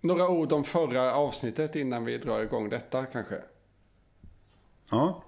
några ord om förra avsnittet innan vi drar igång detta kanske? Ja.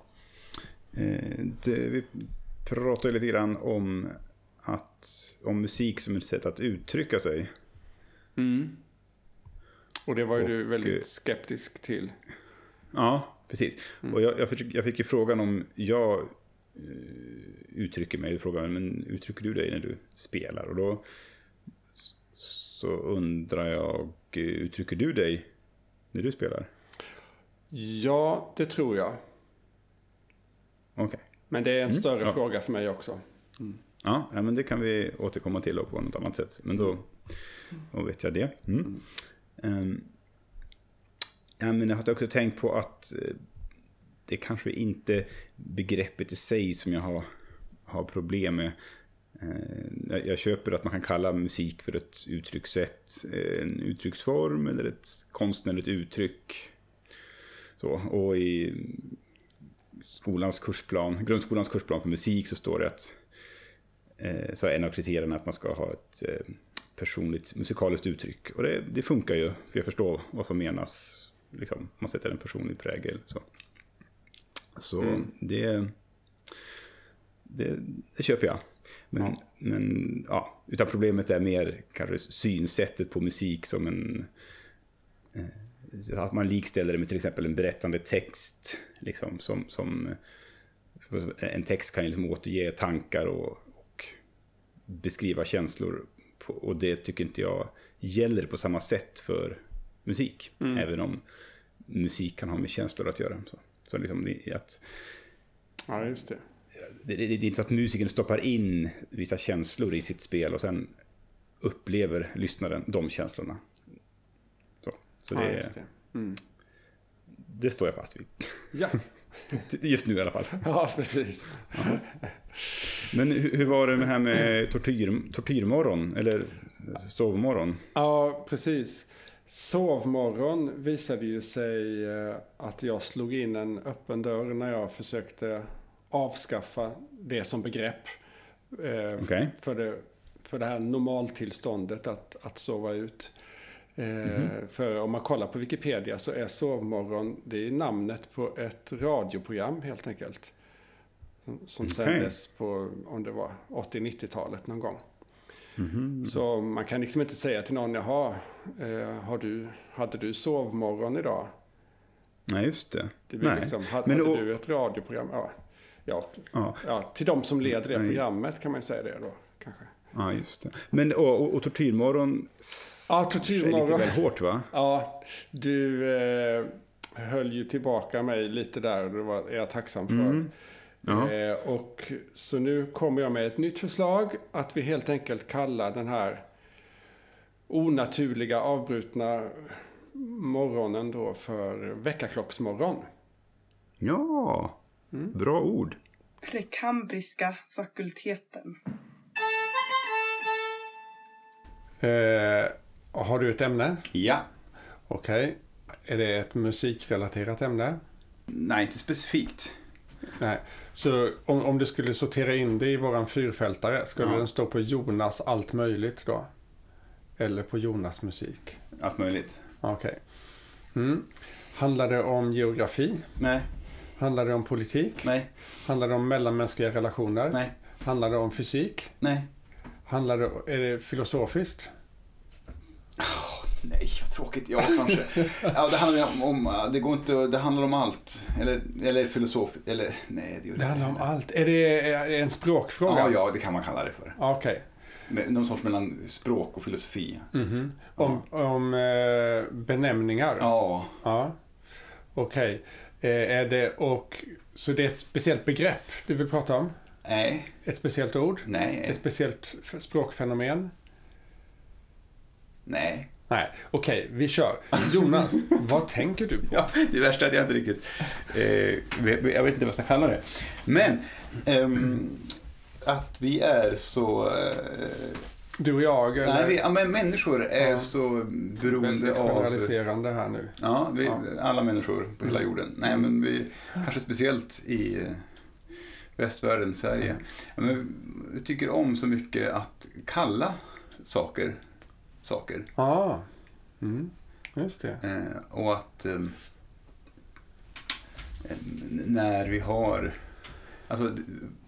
Vi pratade lite grann om musik som ett sätt att uttrycka sig. Mm. Och det var ju du väldigt skeptisk till. Ja, precis. Och jag fick ju frågan om jag uttrycker mig. Frågan, men uttrycker du dig när du spelar? Och då så undrar jag, uttrycker du dig när du spelar? Ja, det tror jag. Okay. Men det är en större fråga för mig också. Mm. Ja, men det kan vi återkomma till på något annat sätt. Men då vet jag det. Men jag har också tänkt på att det kanske inte begreppet i sig som jag har problem med. Jag köper att man kan kalla musik för ett uttryckssätt, en uttrycksform eller ett konstnärligt uttryck. Så, och i grundskolans kursplan för musik så står det att så är en av kriterierna att man ska ha ett personligt musikaliskt uttryck. Och det funkar ju, för jag förstår vad som menas. Liksom, man sätter en personlig prägel. Så det köper jag. Men utan problemet är mer kanske synsättet på musik som att man likställer det med till exempel en berättande text. Liksom, som en text kan ju liksom återge tankar och beskriva känslor. Och det tycker inte jag gäller på samma sätt för musik. Även om musik kan ha med känslor att göra. Så liksom ja, just det. Det är inte så att musiken stoppar in vissa känslor i sitt spel och sen upplever lyssnaren de känslorna. Så det, just det. Det står jag fast vid. Ja. Just nu i alla fall. Ja, precis. Ja. Men hur var det här med tortyrmorgon eller sovmorgon? Ja, precis. Sovmorgon visade ju sig att jag slog in en öppen dörr när jag försökte avskaffa det som begrepp för det här normaltillståndet att sova ut. För om man kollar på Wikipedia så är sovmorgon, det är namnet på ett radioprogram helt enkelt. Som sändes på, om det var 80-90-talet någon gång. Så man kan liksom inte säga till någon, hade du sovmorgon idag? Nej, just det. Det blir liksom, hade du ett radioprogram? Ja, till de som leder det programmet kan man ju säga det då, kanske. Ja, just det. Men och tortyrmorgon är lite väl hårt, va? Ja, du höll ju tillbaka mig lite där och det är jag tacksam för. Och så nu kommer jag med ett nytt förslag att vi helt enkelt kallar den här onaturliga avbrutna morgonen då för väckarklocksmorgon. Ja, bra ord. Prekambriska fakulteten. Har du ett ämne? Ja. Okej. Är det ett musikrelaterat ämne? Nej, inte specifikt. Nej. Så om du skulle sortera in det i våran fyrfältare, skulle den stå på Jonas allt möjligt då? Eller på Jonas musik? Allt möjligt. Okej. Handlar det om geografi? Nej. Handlar det om politik? Nej. Handlar det om mellanmänskliga relationer? Nej. Handlar det om fysik? Nej. Är det filosofiskt? Nej, vad tråkigt. Ja, kanske. Ja, det handlar om det går inte, det handlar om allt. Eller filosofi, eller nej, det gör det. Det handlar om allt. Är det en språkfråga? Ja, det kan man kalla det för. Okej. Någon sorts mellan språk och filosofi. Om benämningar? Ja. Okej. Så det är ett speciellt begrepp du vill prata om? Nej. Ett speciellt ord? Nej. Ett speciellt språkfenomen? Nej. Nej, okej, vi kör. Jonas, vad tänker du på? Ja, det värsta är att jag inte riktigt... jag vet inte vad jag ska kalla det. Men att vi är så... Du och jag? Nej, men människor är så beroende av... generaliserande här nu. Ja, alla människor på hela jorden. Nej, men vi kanske speciellt i västvärlden, Sverige. Men vi tycker om så mycket att kalla saker. Just det. Och att när vi har alltså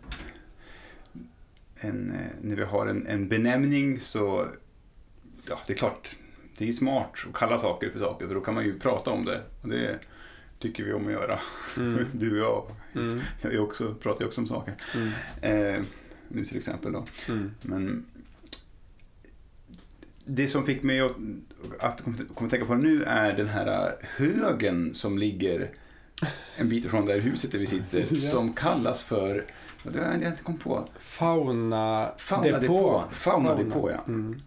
när vi har en benämning så ja, det är klart det är smart att kalla saker för då kan man ju prata om det och det tycker vi om att göra. Du och jag pratar ju också om saker. Nu till exempel då. Men det som fick mig att komma att tänka på nu är den här högen som ligger en bit ifrån där huset där vi sitter som kallas för, det har jag inte kom på. Faunadepå, ja.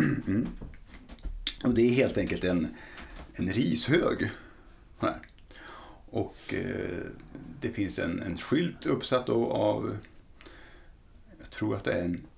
Och det är helt enkelt en rishög här. Och det finns en skylt uppsatt då av, jag tror att det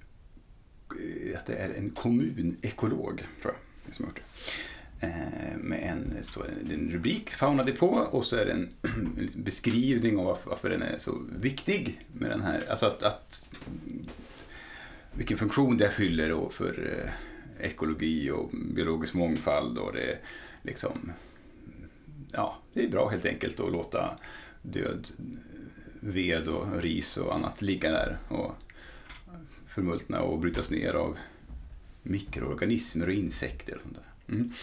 är en kommunekolog, tror jag, som har gjort det. Med en rubrik, Faunadepå, och så är det en beskrivning av varför den är så viktig med den här, alltså att vilken funktion det fyller och för ekologi och biologisk mångfald, och det är liksom, ja, det är bra helt enkelt att låta död ved och ris och annat ligga där och förmultna och brytas ner av mikroorganismer och insekter och sånt där.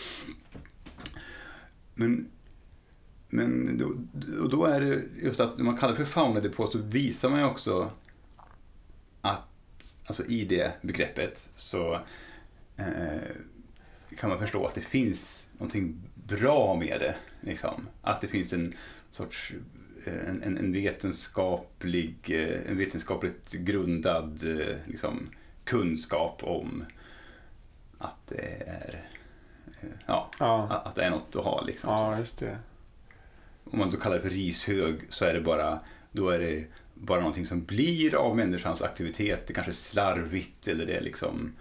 Men då är det just att när man kallar det för faunadepå så visar man ju också att alltså i det begreppet så kan man förstå att det finns någonting bra med det liksom. Att det finns en sorts en vetenskapligt grundad liksom, kunskap om att det är att det är något att ha liksom. Ja, just det. Om man då kallar det för rishög så är det bara någonting som blir av människans aktivitet. Det kanske är slarvigt eller det är liksom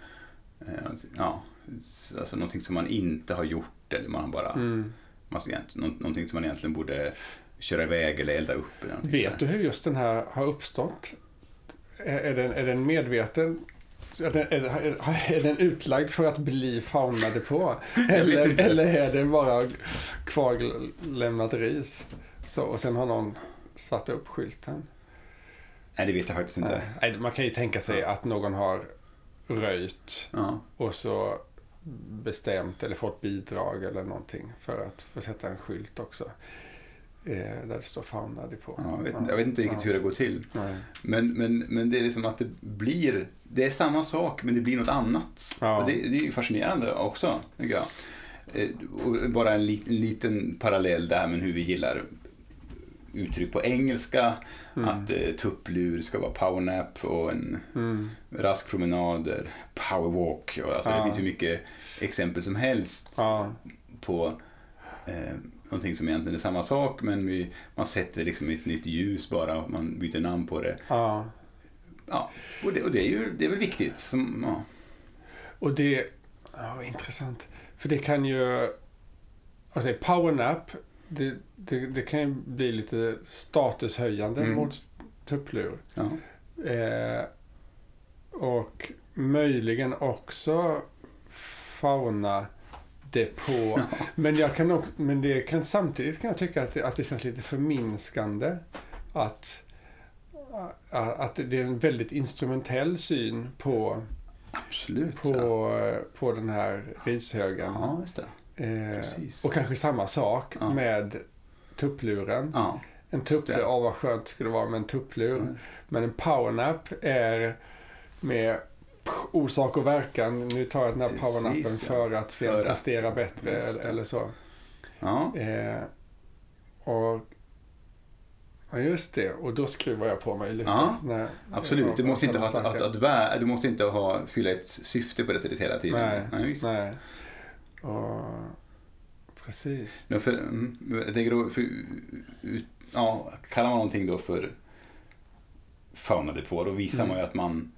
alltså någonting som man inte har gjort eller man har bara någonting som man egentligen borde köra iväg eller elda upp eller Vet du hur just den här har uppstått? Är den medveten? Är den utlagd för att bli faunadepå? Eller är den bara kvarlämnat ris? Så, och sen har någon satt upp skylten? Nej, det vet jag faktiskt inte. Nej, man kan ju tänka sig att någon har röjt och så bestämt eller fått bidrag eller någonting för att få sätta en skylt också. Där det står faunadepå. Jag vet inte riktigt hur det går till. Men det är liksom att det är samma sak men det blir något annat. Och det är ju fascinerande också, tycker jag. Och bara en liten parallell där med hur vi gillar uttryck på engelska. Att tupplur ska vara powernap och en rask promenader, powerwalk. Alltså det finns ju mycket exempel som helst på någonting som egentligen är samma sak, men man sätter liksom ett nytt ljus bara och man byter namn på det. Och det är väl viktigt. Och det är intressant. För det kan ju alltså powernap det kan ju bli lite statushöjande mot tupplur. Och möjligen också faunadepå. Men det kan samtidigt kan jag tycka att det känns lite förminskande att det är en väldigt instrumentell syn på den här rishögen. Ja, just det. Och kanske samma sak med tuppluren. En tupplur, vad skönt skulle det vara med en tupplur. Men en powernap är med orsak och verkan. Nu tar jag den här powernappen för att sen prestera bättre eller så. Och just det. Och då skruvar jag på mig lite. Absolut. Du måste inte fylla ett syfte på det sättet hela tiden. Nej. Precis. Jag tänker då kallar man någonting då för faunadepå, då visar man ju att man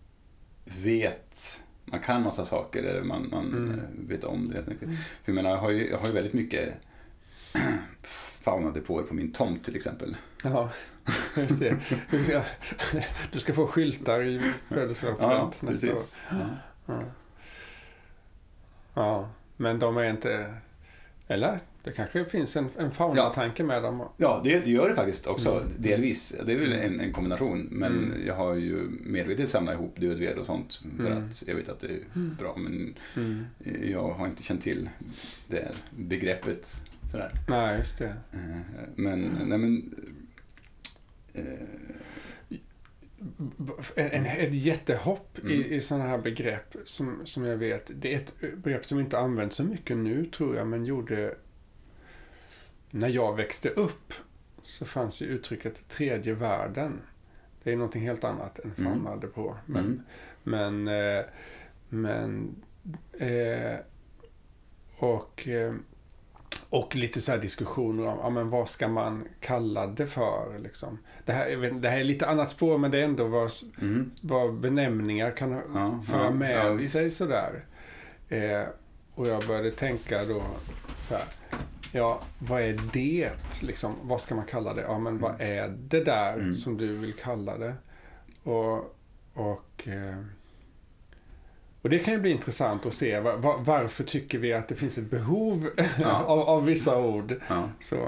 kan massa saker eller man vet om det helt enkelt. För jag har ju väldigt mycket faunadepåer på min tomt till exempel. Ja, just det. Du ska få skyltar i födelsedagspresent nästa år. Ja, men de är inte Eller? Det kanske finns en faunatanke med dem. Ja, det gör det faktiskt också, delvis. Det är väl en kombination, men jag har ju medvetet samlat ihop dödved och sånt för att jag vet att det är bra, men jag har inte känt till det här begreppet sådär. Nej, just det. Ett jättehopp i sådana här begrepp som jag vet, det är ett begrepp som inte används så mycket nu tror jag, men gjorde när jag växte upp så fanns ju uttrycket tredje världen. Det är någonting helt annat än famnade på. Och lite så här diskussioner om men vad ska man kalla det för liksom. Det här är lite annat spår, men det är ändå vad benämningar kan föra med sig sådär. Och jag började tänka då så här, vad är det liksom, vad ska man kalla det? Ja, men vad är det där som du vill kalla det? Och det kan ju bli intressant att se varför tycker vi att det finns ett behov av vissa ord. Ja. Så,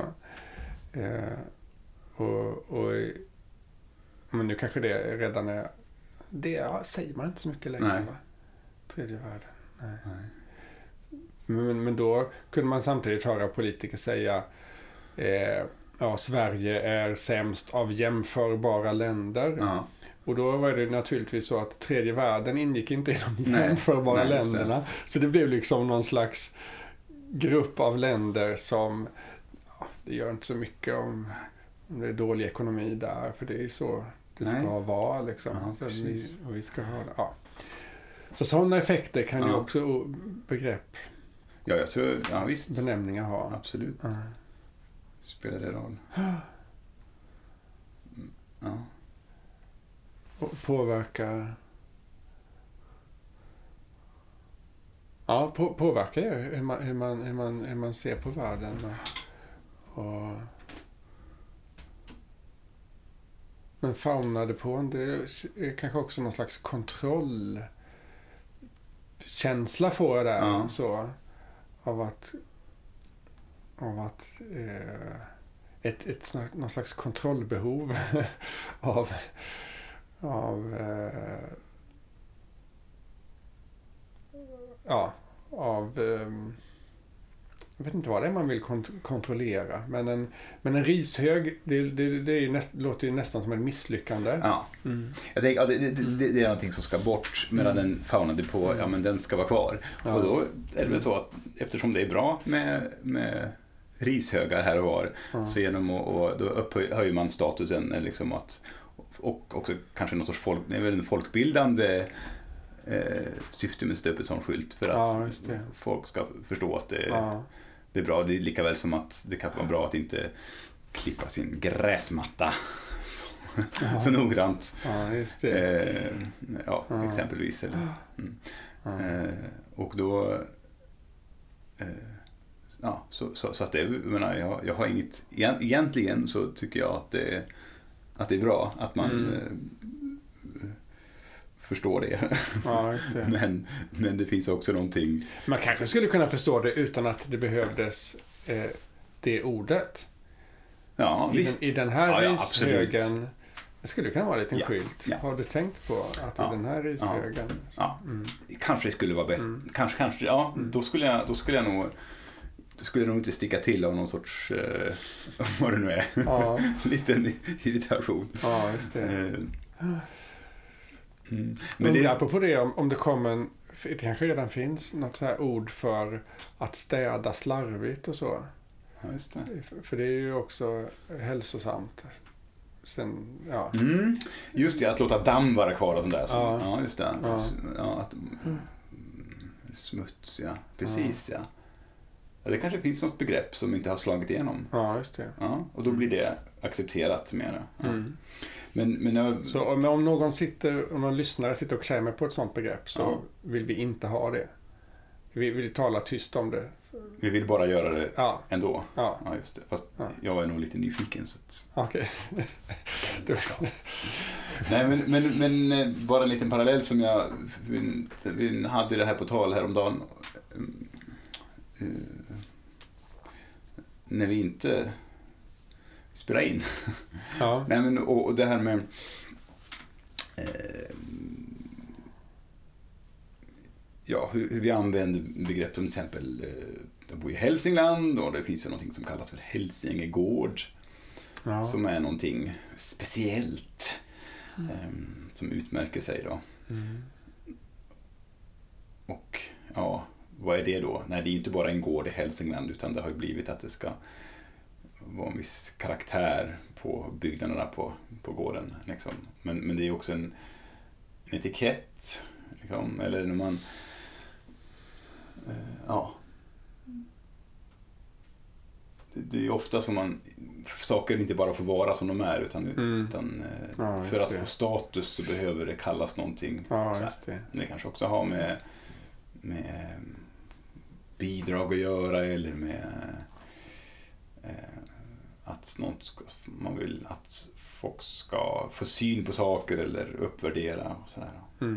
men nu kanske det redan är... Det säger man inte så mycket längre, va? Tredje världen. Nej. Men då kunde man samtidigt höra politiker säga Sverige är sämst av jämförbara länder. Ja. Och då var det naturligtvis så att tredje världen ingick inte i de jämförbara länderna. Så det blev liksom någon slags grupp av länder som det gör inte så mycket om det är dålig ekonomi där. För det är så det ska vara liksom. Ja, så vi ska ha det. Ja. Så sådana effekter kan ju också begrepp. Ja, jag tror, visst. Benämningar ha. Absolut. Spelar det roll? Ja. Och påverkar ju hur man ser på världen. Men faunade på det är kanske också någon slags kontrollkänsla får jag där så av att någon slags kontrollbehov av jag vet inte vad det är man vill kontrollera, men en rishög det låter ju nästan som en misslyckande. Ja. Jag tänker, det är någonting som ska bort, medan den faunade på men den ska vara kvar. Och då är det väl så att eftersom det är bra med rishögar här och var så genom och då upphöjer man statusen liksom att och också kanske någon sorts det är väl en folkbildande syfte med att sätta upp en sån skylt för att folk ska förstå att det är bra. Det är lika väl som att det kan vara bra att inte klippa sin gräsmatta så noggrant. Ja, just det. Exempelvis. Eller, och då så att det, jag har inget egentligen så tycker jag att det är bra att man förstår det. Ja, just det. Men det finns också någonting... Man kanske skulle kunna förstå det utan att det behövdes det ordet. Ja, visst. I den här rishögen... Det skulle kunna vara en liten skylt. Ja. Har du tänkt på att i den här rishögen... Kanske det skulle vara bättre. Kanske, då skulle jag nog... Du skulle nog inte sticka till av någon sorts, vad det nu är, liten irritation. Ja, just det. Men apropå det, om det kommer det kanske redan finns något så här ord för att städa slarvigt och så. Ja, just det. För det är ju också hälsosamt. Sen, just det, att låta damm vara kvar och sånt där. Ja, just det. Smuts, precis, Ja, det kanske finns något begrepp som inte har slagit igenom. Ja, just det. Ja, och då blir det accepterat mer. Ja. Men om någon lyssnare sitter och klämmer på ett sånt begrepp så vill vi inte ha det. Vi vill tala tyst om det. Vi vill bara göra det ändå. Ja, just det. Fast jag är nog lite nyfiken. Så att... Okej. Nej, men bara en liten parallell som vi hade det här på tal häromdagen. när vi inte spelar in. Ja. Nej, men, och det här med hur vi använder begrepp som till exempel jag bor i Hälsingland och det finns ju någonting som kallas för Hälsingegård som är någonting speciellt som utmärker sig då. Och vad är det då? Nej, det är ju inte bara en gård i Hälsingland utan det har ju blivit att det ska vara en viss karaktär på byggnaderna på gården liksom. Men det är också en etikett liksom, eller när man det är ofta som saker inte bara får vara som de är utan för att få status så behöver det kallas någonting. Just det. Det kanske också har med bidrag att göra eller med att man vill att folk ska få syn på saker eller uppvärdera och sådär.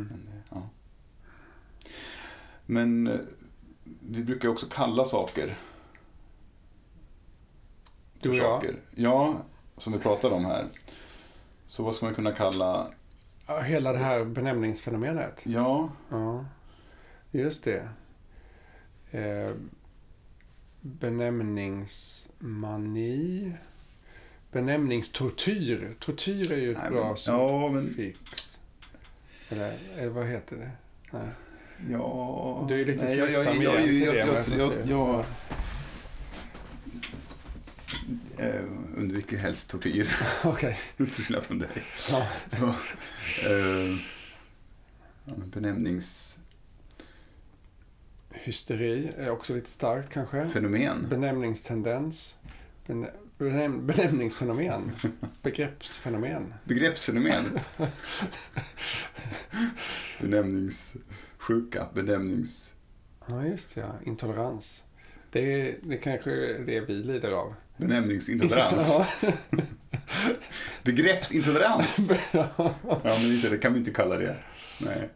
Men vi brukar också kalla saker. Du och jag? Ja, som vi pratade om här. Så vad ska man kunna kalla... Hela det här benämningsfenomenet? Ja. Just det. Benämningsmani. Benämningstortyr. Tortyr är ju ett bra fix. Eller vad heter det? Nej. Ja. Du är lite tveksam jag undviker helst tortyr. Okej. Till skillnad från dig. Ja. Så, benämnings... Hysteri är också lite starkt kanske. Fenomen. Benämningstendens. Benämningsfenomen. Begreppsfenomen. Begreppsfenomen. Benämningssjuka. Ja, just det. Ja. Intolerans. Det kanske är det vi lider av. Benämningsintolerans. Begreppsintolerans. Ja, men det kan vi inte kalla det. Nej.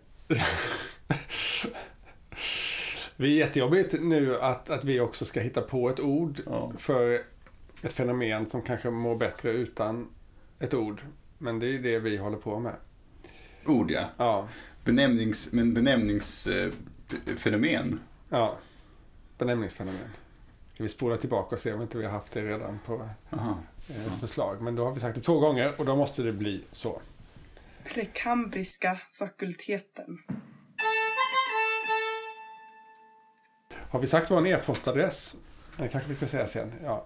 Det är jättejobbigt nu att vi också ska hitta på ett ord för ett fenomen som kanske mår bättre utan ett ord. Men det är det vi håller på med. Ord, ja. Ja. Benämningsfenomen. Ja, benämningsfenomen. Ska vi spola tillbaka och se om inte vi har haft det redan på förslag. Men då har vi sagt det 2 gånger och då måste det bli så. Prekambriska fakulteten. Har vi sagt vår e-postadress? Det kanske vi ska säga sen. Ja,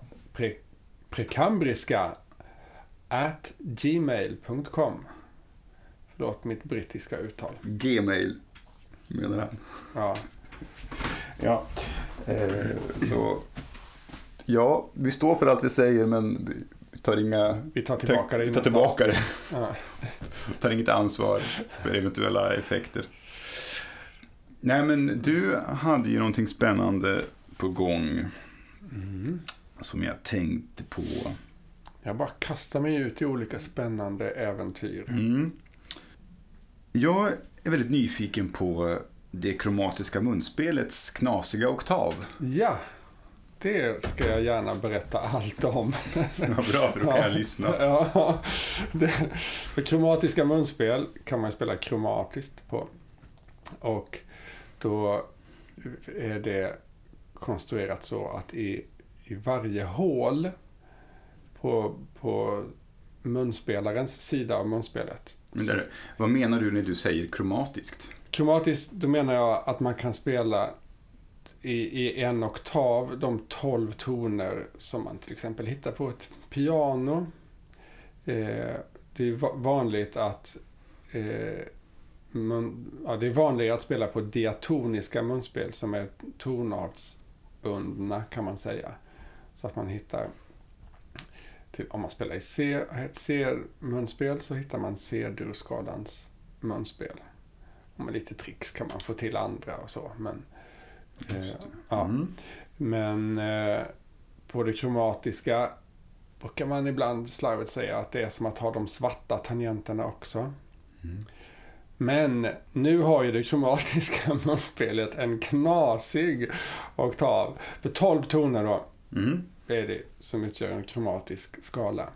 prekambriska@gmail.com. Förlåt mitt brittiska uttal. Gmail menar han. Ja. Ja. Så ja, vi står för allt vi säger men vi tar inga... Vi tar tillbaka det. Vi tar tillbaka det. Ja. Tar inget ansvar för eventuella effekter. Nej, men du hade ju någonting spännande på gång som jag tänkte på. Jag bara kastar mig ut i olika spännande äventyr. Jag är väldigt nyfiken på det kromatiska munspelets knasiga oktav. Ja, det ska jag gärna berätta allt om. Ja, bra, för då kan jag lyssna. Ja, för kromatiska munspel kan man spela kromatiskt på. Och då är det konstruerat så att i varje hål på munspelarens sida av munspelet. Men vad menar du när du säger kromatiskt? Kromatiskt, då menar jag att man kan spela i en oktav de 12 toner som man till exempel hittar på ett piano. Det är vanligt att det är vanligare att spela på diatoniska munspel som är tonartsbundna kan man säga. Så att man hittar om man spelar i ett C-munspel så hittar man C-durskalans munspel. Och med lite tricks kan man få till andra och så. Men, men på det kromatiska brukar man ibland slarvigt säga att det är som att ha de svarta tangenterna också. Men nu har ju det kromatiska munspelet en knasig oktav. För 12 toner då. är det som utgör en kromatisk skala.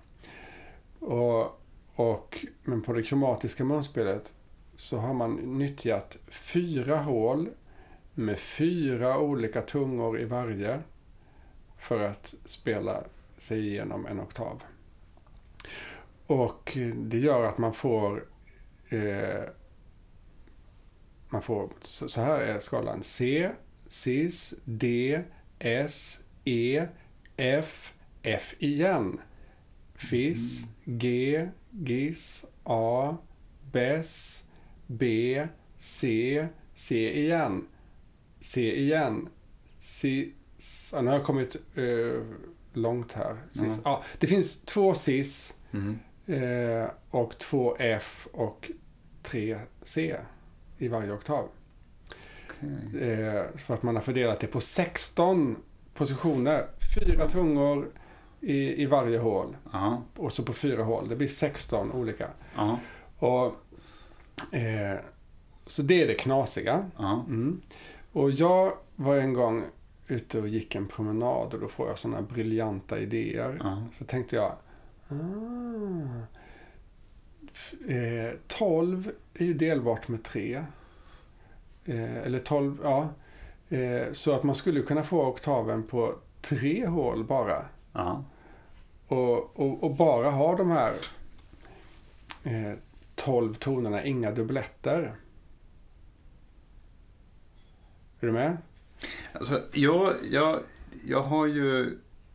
Men på det kromatiska munspelet så har man nyttjat 4 hål med 4 olika tungor i varje för att spela sig igenom en oktav. Och det gör att man får så här är skalan: C, Cis, D, S, E, F, F igen. Fis, G, Gis, A, Bess, B, C, C igen. C igen. Nu har jag kommit långt här. Det finns 2 Cis och 2 F och 3 C i varje oktav. För att man har fördelat det på 16 positioner. 4 tungor i varje hål. Och så på 4 hål. Det blir 16 olika. Och, så det är det knasiga. Och jag var en gång ute och gick en promenad och då får jag sådana briljanta idéer. Så tänkte jag 12 är ju delbart med 3. Eller 12, ja. Så att man skulle kunna få oktaven på 3 hål bara. Och bara ha de här 12 tonerna, inga dubbletter. Är du med? Alltså, jag har ju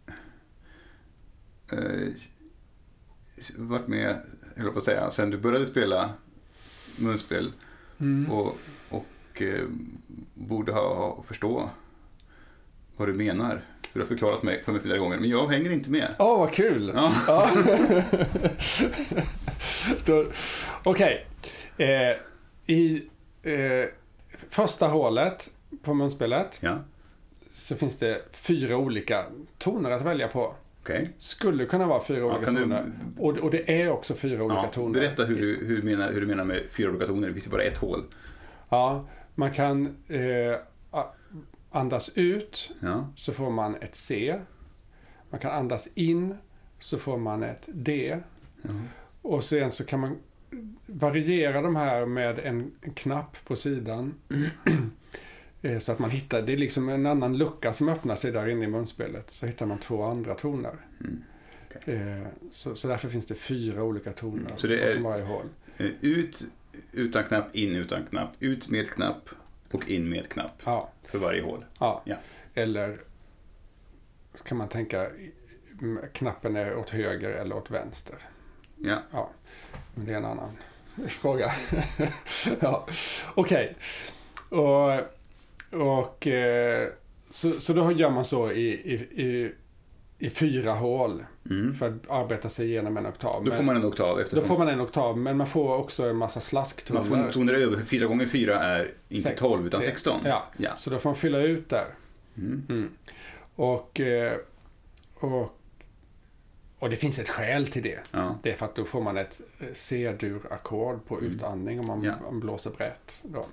varit med, höll på att säga, sen du började spela munspel och borde förstå vad du menar. Du har förklarat för mig flera gånger, men jag hänger inte med. Vad kul! Ja. Okej. I första hålet på munspelet så finns det 4 olika toner att välja på. Skulle kunna vara 4 olika toner. Och det är också 4 olika toner. Berätta hur du menar med 4 olika toner. Det finns bara ett hål. Ja, man kan andas ut så får man ett C. Man kan andas in så får man ett D. Och sen så kan man variera de här med en knapp på sidan. Så att man hittar, det är liksom en annan lucka som öppnar sig där inne i munspelet. Så hittar man 2 andra toner. Så därför finns det 4 olika toner så det är på varje hål. Ut utan knapp, in utan knapp, ut med knapp och in med knapp för varje hål. Ja. Eller kan man tänka knappen är åt höger eller åt vänster. Ja. Men det är en annan fråga. Okej. Så då gör man så i 4 hål för att arbeta sig igenom en oktav. Då får man en oktav. Då får man en oktav, men man får också en massa slasktoner. Man får toner över, för 4 gånger 4 är inte 12 utan 16. Ja, så då får man fylla ut där. Och det finns ett skäl till det. Det är för att då får man ett C-dur-ackord på utandning om man blåser brett. Då.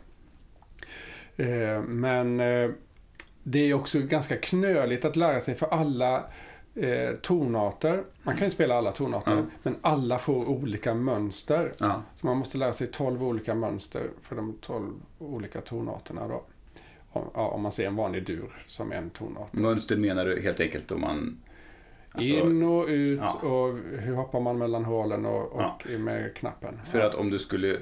Men det är också ganska knöligt att lära sig för alla tonarter. Man kan ju spela alla tonarter, men alla får olika mönster. Så man måste lära sig 12 olika mönster för de 12 olika tonarterna då. Om man ser en vanlig dur som en tonart. Mönster menar du helt enkelt om man... Alltså, in och ut och hur hoppar man mellan hålen och med knappen. För att om du skulle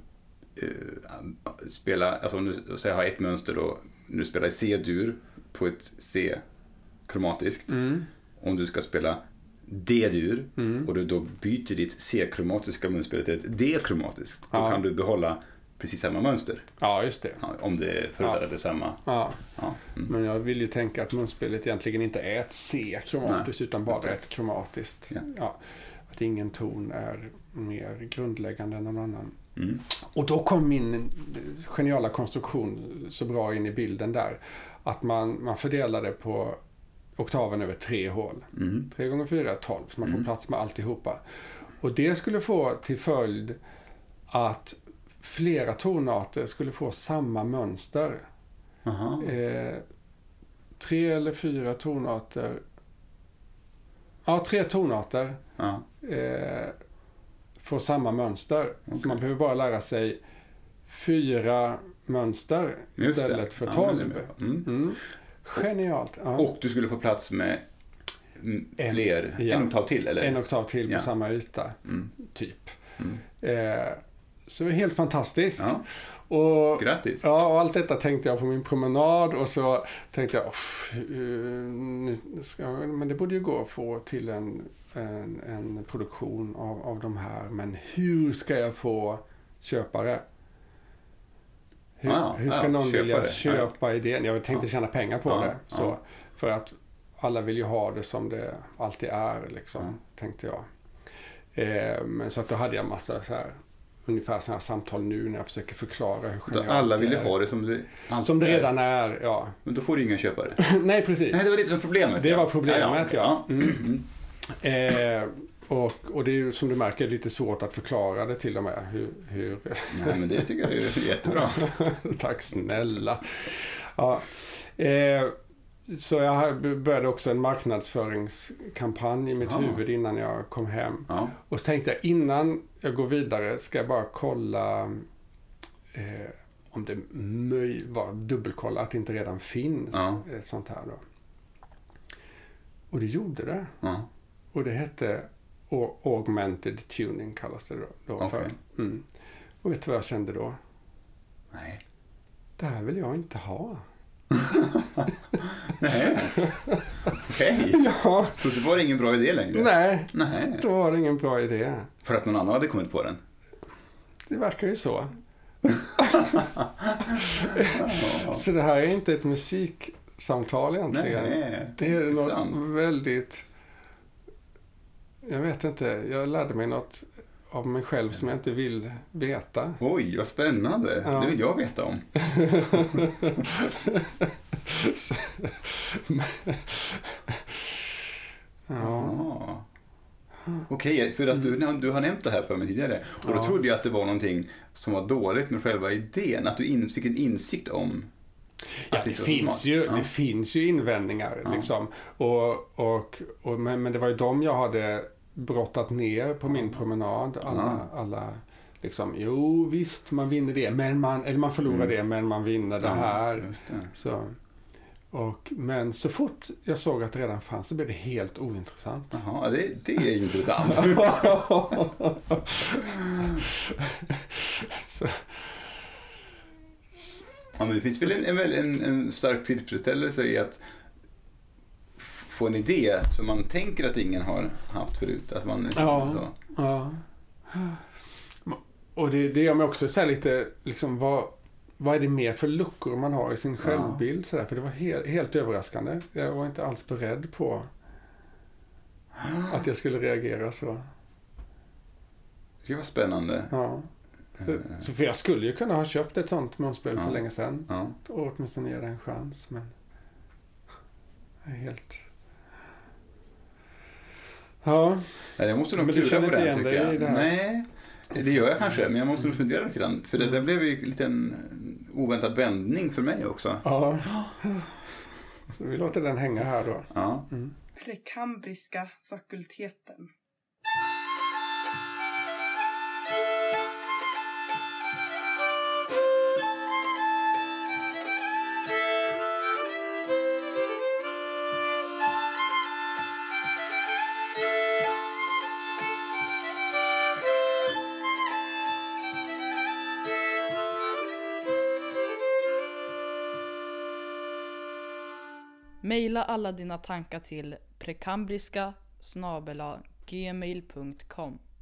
spela, alltså om du säger ha ett mönster då, när du spelar C-dur på ett C-kromatiskt. Om du ska spela D-dur och du då byter ditt C-kromatiska munspel till ett D-kromatiskt, då kan du behålla precis samma mönster. Ja, just det. Om det förut är detsamma. Men jag vill ju tänka att munspelet egentligen inte är ett C-kromatiskt utan bara ett kromatiskt. Att ingen ton är mer grundläggande än någon annan. Och då kom min geniala konstruktion så bra in i bilden där. Att man fördelade på oktaven över 3 hål. 3 gånger 4 är 12, så man får plats med alltihopa. Och det skulle få till följd att flera tonarter skulle få samma mönster. 3 eller 4 tonarter Ja, 3 tonarter. Ja. Får samma mönster. Okay. Så man behöver bara lära sig 4 mönster istället för 12. Genialt. Ja. Och du skulle få plats med fler, en oktav till, eller? En oktav till på samma yta, typ. Så det är helt fantastiskt. Ja. Och, grattis. Ja, och allt detta tänkte jag på min promenad och så tänkte jag, men det borde ju gå att få till en produktion av de här, men hur ska jag få köpare? Hur ska någon vilja köpa idén? Jag tänkte tjäna pengar på det. Så, för att alla vill ju ha det som det alltid är, liksom, tänkte jag. Men så att då hade jag massa så här, ungefär sådana här samtal nu när jag försöker förklara hur genialt alla ville ha det som det redan är, ja. Men då får du ingen köpare. Nej, precis. Nej, det var lite som problemet. Det var problemet, ja. Och det är ju, som du märker, lite svårt att förklara det till och med. Hur... Nej, men det tycker jag är jättebra. Tack snälla. Ja. Så jag började också en marknadsföringskampanj i mitt huvud innan jag kom hem. Ja. Och så tänkte jag, innan jag går vidare ska jag bara kolla om det dubbelkolla att det inte redan finns ett sånt här då. Och det gjorde det. Ja. Och det hette Augmented Tuning kallas det då för. Och vet du vad jag kände då? Nej. Det här vill jag inte ha. Nej. Okej. Ja. Så det var ingen bra idé längre? Nej. Då var det ingen bra idé. För att någon annan hade kommit på den? Det verkar ju så. Så det här är inte ett musiksamtal egentligen. Nej, det är något väldigt... Jag vet inte. Jag lärde mig något av mig själv som jag inte vill veta. Oj, vad spännande. Ja. Det vill jag veta om. Ja. Okej, för att du har nämnt det här för mig tidigare. Och då trodde jag att det var någonting som var dåligt med själva idén. Att du fick en insikt om... Ja, det finns ju invändningar liksom. Men det var ju dem jag hade brottat ner på min promenad. Alla liksom, jo visst man vinner det, men man förlorar det, men man vinner det här. Just det. Så, men så fort jag såg att det redan fanns så blev det helt ointressant. Jaha, det är intressant. Ja, men det finns väl en stark tillfredsställelse i att få en idé som man tänker att ingen har haft förut. Att man Och det gör mig också så här lite liksom, vad är det mer för luckor man har i sin självbild så där? För det var helt överraskande. Jag var inte alls beredd på att jag skulle reagera så. Det var spännande. Ja. Så för jag skulle ju kunna ha köpt ett sånt munspel för länge sedan. Och åtminstone ge det en chans. Men jag är helt... Ja. Jag måste nog klura på det, tycker jag. Nej, det gör jag kanske. Men jag måste nog fundera lite grann. För det blev ju lite en oväntad vändning för mig också. Ja. Så vi låter den hänga här då. Ja. Prekambriska fakulteten. Maila alla dina tankar till prekambriska@gmail.com.